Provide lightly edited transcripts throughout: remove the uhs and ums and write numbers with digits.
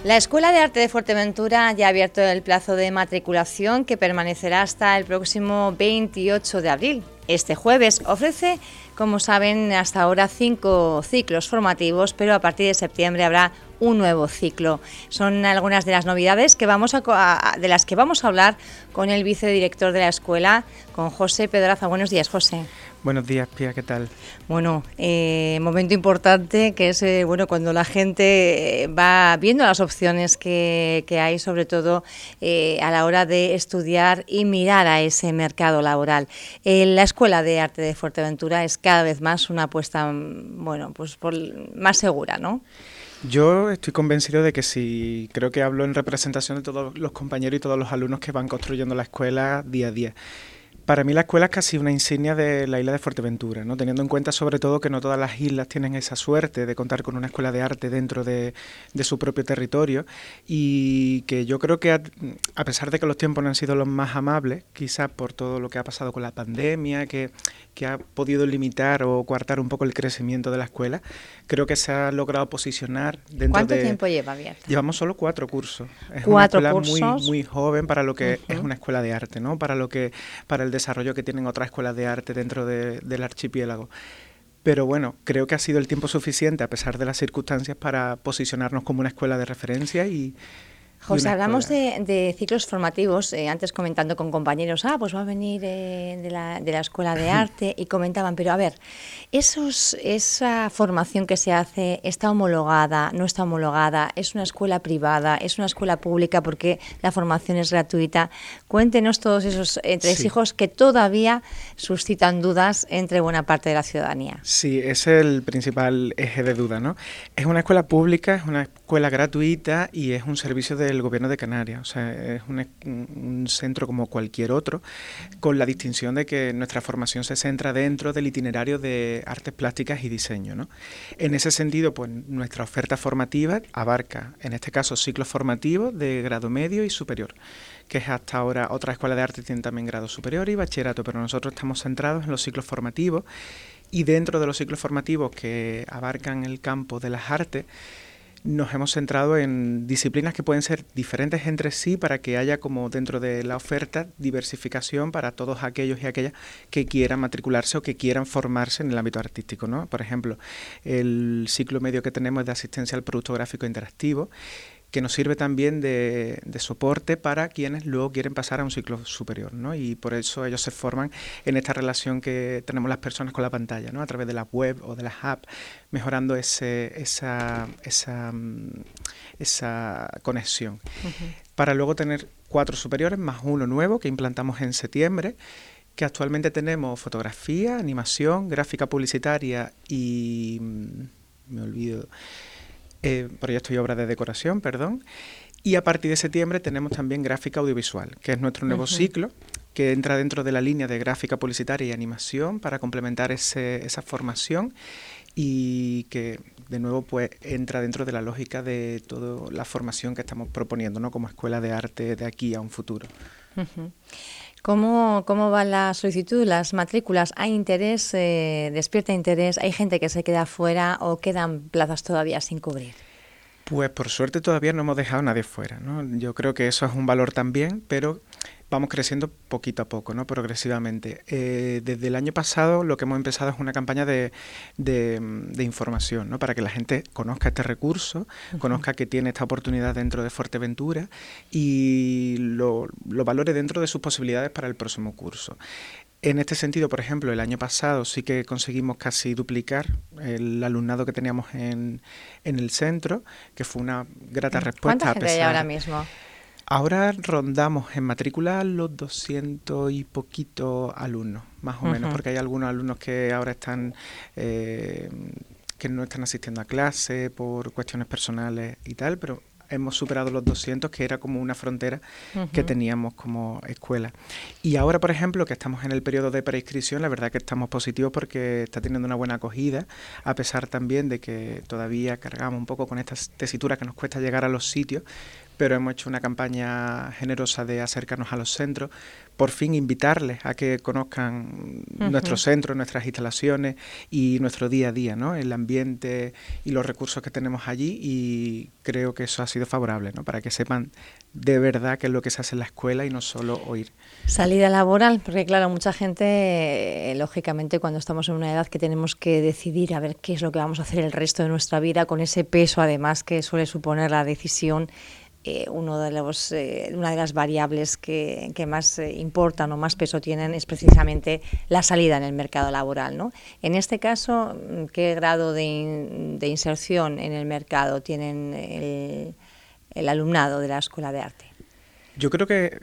La Escuela de Arte de Fuerteventura ya ha abierto el plazo de matriculación que permanecerá hasta el próximo 28 de abril. Este jueves ofrece, como saben, hasta ahora 5 ciclos formativos, pero a partir de septiembre habrá un nuevo ciclo. Son algunas de las novedades de las que vamos a hablar con el vicedirector de la escuela, con José Pedraza. Buenos días, José. Buenos días, Pía, ¿qué tal? Bueno, momento importante que es cuando la gente va viendo las opciones que hay, sobre todo a la hora de estudiar y mirar a ese mercado laboral. La Escuela de Arte de Fuerteventura es cada vez más una apuesta, más segura, ¿no? Yo estoy convencido de que sí, creo que hablo en representación de todos los compañeros y todos los alumnos que van construyendo la escuela día a día. Para mí la escuela es casi una insignia de la isla de Fuerteventura, ¿no? Teniendo en cuenta sobre todo que no todas las islas tienen esa suerte de contar con una escuela de arte dentro de su propio territorio, y que yo creo que a pesar de que los tiempos no han sido los más amables, quizás por todo lo que ha pasado con la pandemia, que ha podido limitar o coartar un poco el crecimiento de la escuela, creo que se ha logrado posicionar dentro de... ¿Cuánto tiempo lleva abierta? Llevamos solo 4 cursos. Es una 4 escuela cursos. muy joven para lo que es una escuela de arte, ¿no? Para el desarrollo que tienen otras escuelas de arte dentro del archipiélago. Pero bueno, creo que ha sido el tiempo suficiente, a pesar de las circunstancias, para posicionarnos como una escuela de referencia y... José, hablamos de ciclos formativos, antes comentando con compañeros, pues va a venir de la Escuela de Arte, y comentaban, pero a ver, esa formación que se hace, ¿está homologada, no está homologada? ¿Es una escuela privada, es una escuela pública porque la formación es gratuita? Cuéntenos todos esos entresijos que todavía suscitan dudas entre buena parte de la ciudadanía. Sí, ese es el principal eje de duda, ¿no? Es una escuela pública, es una escuela gratuita y es un servicio del Gobierno de Canarias. O sea, es un centro como cualquier otro, con la distinción de que nuestra formación se centra dentro del itinerario de artes plásticas y diseño, ¿no? En ese sentido, pues nuestra oferta formativa abarca, en este caso, ciclos formativos de grado medio y superior, que es hasta ahora. Otra escuela de arte tiene también grado superior y bachillerato, pero nosotros estamos centrados en los ciclos formativos, y dentro de los ciclos formativos que abarcan el campo de las artes, nos hemos centrado en disciplinas que pueden ser diferentes entre sí, para que haya, como dentro de la oferta, diversificación para todos aquellos y aquellas que quieran matricularse o que quieran formarse en el ámbito artístico, ¿no? Por ejemplo, el ciclo medio que tenemos es de asistencia al producto gráfico interactivo, que nos sirve también de soporte para quienes luego quieren pasar a un ciclo superior, ¿no? Y por eso ellos se forman en esta relación que tenemos las personas con la pantalla, ¿no? A través de la web o de las apps, mejorando esa conexión. Para luego tener 4 superiores más 1 nuevo que implantamos en septiembre, que actualmente tenemos fotografía, animación, gráfica publicitaria y... proyecto y obra de decoración, y a partir de septiembre tenemos también gráfica audiovisual, que es nuestro nuevo ciclo, que entra dentro de la línea de gráfica publicitaria y animación para complementar esa formación, y que de nuevo pues entra dentro de la lógica de toda la formación que estamos proponiendo, ¿no? Como escuela de arte de aquí a un futuro. ¿Cómo va la solicitud, las matrículas? ¿Hay interés, despierta interés? ¿Hay gente que se queda fuera o quedan plazas todavía sin cubrir? Pues por suerte todavía no hemos dejado a nadie fuera, ¿no? Yo creo que eso es un valor también, pero vamos creciendo poquito a poco, ¿no? Progresivamente. Desde el año pasado lo que hemos empezado es una campaña de información, ¿no? Para que la gente conozca este recurso, conozca que tiene esta oportunidad dentro de Fuerteventura y lo valore dentro de sus posibilidades para el próximo curso. En este sentido, por ejemplo, el año pasado sí que conseguimos casi duplicar el alumnado que teníamos en el centro, que fue una grata respuesta. ¿Cuánta gente hay ahora mismo? Ahora rondamos en matrícula los 200 y poquito alumnos, más o menos, porque hay algunos alumnos que ahora están... que no están asistiendo a clase por cuestiones personales y tal, pero hemos superado los 200, que era como una frontera que teníamos como escuela. Y ahora, por ejemplo, que estamos en el periodo de preinscripción, la verdad que estamos positivos porque está teniendo una buena acogida, a pesar también de que todavía cargamos un poco con esta tesitura que nos cuesta llegar a los sitios, pero hemos hecho una campaña generosa de acercarnos a los centros, por fin invitarles a que conozcan nuestros centros, nuestras instalaciones y nuestro día a día, ¿no? El ambiente y los recursos que tenemos allí, y creo que eso ha sido favorable, ¿no? Para que sepan de verdad qué es lo que se hace en la escuela y no solo oír. Salida laboral, porque claro, mucha gente, lógicamente, cuando estamos en una edad que tenemos que decidir a ver qué es lo que vamos a hacer el resto de nuestra vida, con ese peso además que suele suponer la decisión, una de las variables que más importan o más peso tienen es precisamente la salida en el mercado laboral, ¿no? En este caso, ¿qué grado de inserción en el mercado tienen el alumnado de la Escuela de Arte? Yo creo que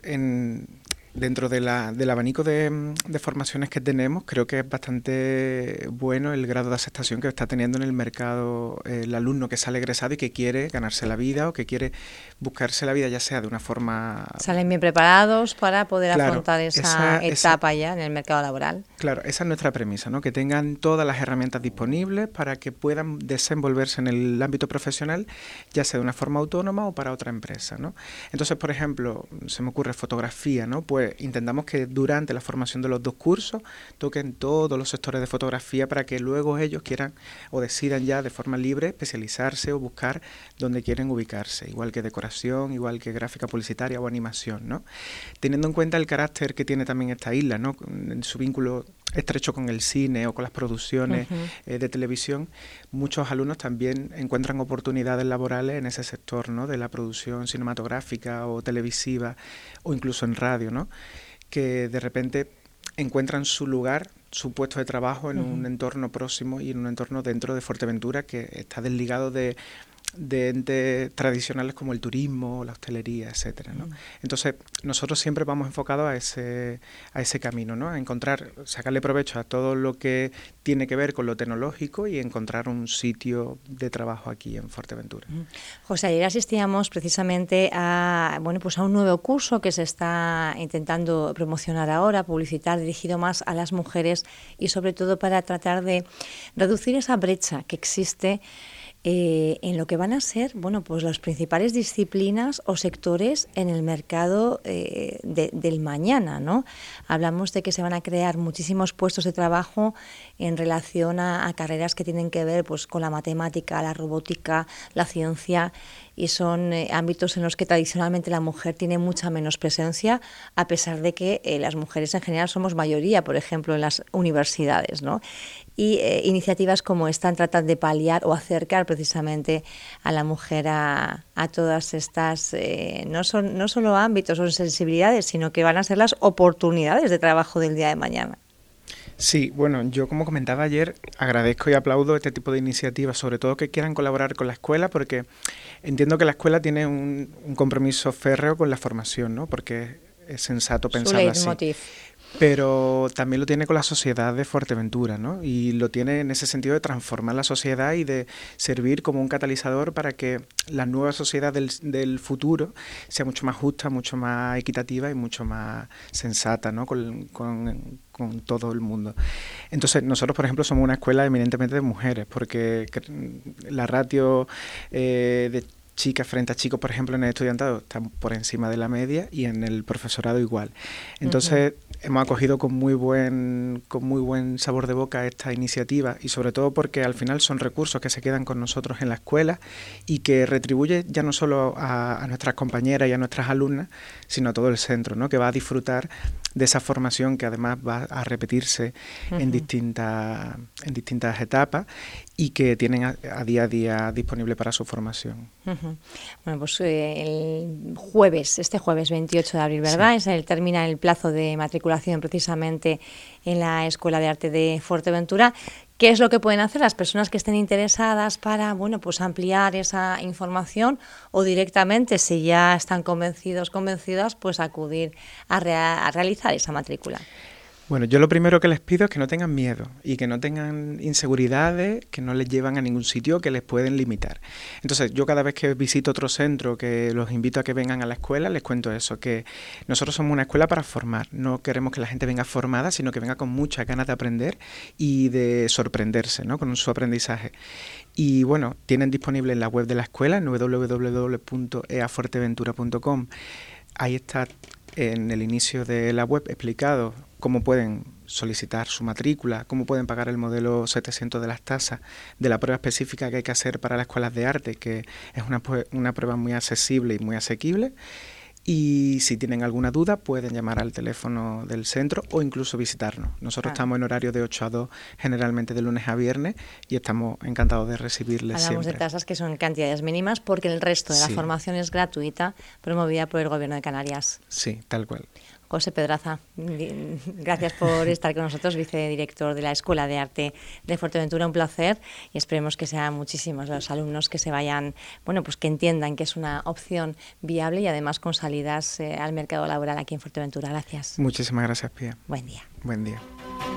dentro del abanico de formaciones que tenemos, creo que es bastante bueno el grado de aceptación que está teniendo en el mercado el alumno que sale egresado y que quiere ganarse la vida o que quiere buscarse la vida, ya sea de una forma... Salen bien preparados para poder afrontar esa etapa ya en el mercado laboral. Claro, esa es nuestra premisa, ¿no? Que tengan todas las herramientas disponibles para que puedan desenvolverse en el ámbito profesional, ya sea de una forma autónoma o para otra empresa, ¿no? Entonces, por ejemplo, se me ocurre fotografía, ¿no? Pues intentamos que durante la formación de los 2 cursos toquen todos los sectores de fotografía para que luego ellos quieran o decidan ya de forma libre especializarse o buscar donde quieren ubicarse, igual que decoración, igual que gráfica publicitaria o animación, ¿no? Teniendo en cuenta el carácter que tiene también esta isla, ¿no? En su vínculo estrecho con el cine o con las producciones de televisión, muchos alumnos también encuentran oportunidades laborales en ese sector, ¿no? De la producción cinematográfica o televisiva o incluso en radio, ¿no? Que de repente encuentran su lugar, su puesto de trabajo en un entorno próximo y en un entorno dentro de Fuerteventura que está desligado de entes tradicionales como el turismo, la hostelería, etcétera, ¿no? Entonces, nosotros siempre vamos enfocados a ese camino, ¿no? A encontrar, sacarle provecho a todo lo que tiene que ver con lo tecnológico y encontrar un sitio de trabajo aquí en Fuerteventura. José, ayer asistíamos precisamente a un nuevo curso que se está intentando promocionar ahora, publicitar, dirigido más a las mujeres y sobre todo para tratar de reducir esa brecha que existe en lo que van a ser, las principales disciplinas o sectores en el mercado del mañana, ¿no? Hablamos de que se van a crear muchísimos puestos de trabajo en relación a carreras que tienen que ver pues con la matemática, la robótica, la ciencia, y son ámbitos en los que tradicionalmente la mujer tiene mucha menos presencia, a pesar de que las mujeres en general somos mayoría, por ejemplo, en las universidades, ¿no? Y iniciativas como esta tratan de paliar o acercar precisamente a la mujer a todas estas, no solo ámbitos o sensibilidades, sino que van a ser las oportunidades de trabajo del día de mañana. Sí, bueno, yo como comentaba ayer, agradezco y aplaudo este tipo de iniciativas, sobre todo que quieran colaborar con la escuela, porque entiendo que la escuela tiene un compromiso férreo con la formación, ¿no? Porque es sensato pensarlo así. Pero también lo tiene con la sociedad de Fuerteventura, ¿no? Y lo tiene en ese sentido de transformar la sociedad y de servir como un catalizador para que la nueva sociedad del futuro sea mucho más justa, mucho más equitativa y mucho más sensata, ¿no? Con todo el mundo. Entonces, nosotros, por ejemplo, somos una escuela eminentemente de mujeres, porque la ratio de chicas frente a chicos, por ejemplo, en el estudiantado están por encima de la media y en el profesorado igual. Entonces, hemos acogido con muy buen sabor de boca esta iniciativa y sobre todo porque al final son recursos que se quedan con nosotros en la escuela y que retribuye ya no solo a nuestras compañeras y a nuestras alumnas, sino a todo el centro, ¿no? Que va a disfrutar de esa formación que además va a repetirse en distintas etapas y que tienen a día disponible para su formación. Bueno, pues este jueves 28 de abril, ¿verdad? Sí. Termina el plazo de matriculación precisamente en la Escuela de Arte de Fuerteventura. ¿Qué es lo que pueden hacer las personas que estén interesadas para, ampliar esa información o directamente, si ya están convencidas, pues acudir a realizar esa matrícula? Bueno, yo lo primero que les pido es que no tengan miedo y que no tengan inseguridades que no les llevan a ningún sitio, que les pueden limitar. Entonces, yo cada vez que visito otro centro, que los invito a que vengan a la escuela, les cuento eso, que nosotros somos una escuela para formar. No queremos que la gente venga formada, sino que venga con muchas ganas de aprender y de sorprenderse, ¿no? Con su aprendizaje. Y bueno, tienen disponible en la web de la escuela, en www.eafuerteventura.com. Ahí está en el inicio de la web explicado cómo pueden solicitar su matrícula, cómo pueden pagar el modelo 700 de las tasas, de la prueba específica que hay que hacer para las escuelas de arte, que es una prueba muy accesible y muy asequible. Y si tienen alguna duda pueden llamar al teléfono del centro o incluso visitarnos. Nosotros estamos en horario de 8 a 2, generalmente de lunes a viernes, y estamos encantados de recibirles Hablamos siempre. de tasas que son cantidades mínimas porque el resto de la formación es gratuita, promovida por el Gobierno de Canarias. Sí, tal cual. José Pedraza, gracias por estar con nosotros, vicedirector de la Escuela de Arte de Fuerteventura, un placer, y esperemos que sean muchísimos los alumnos que se vayan, bueno, pues que entiendan que es una opción viable y además con salidas al mercado laboral aquí en Fuerteventura. Gracias. Muchísimas gracias, Pía. Buen día. Buen día.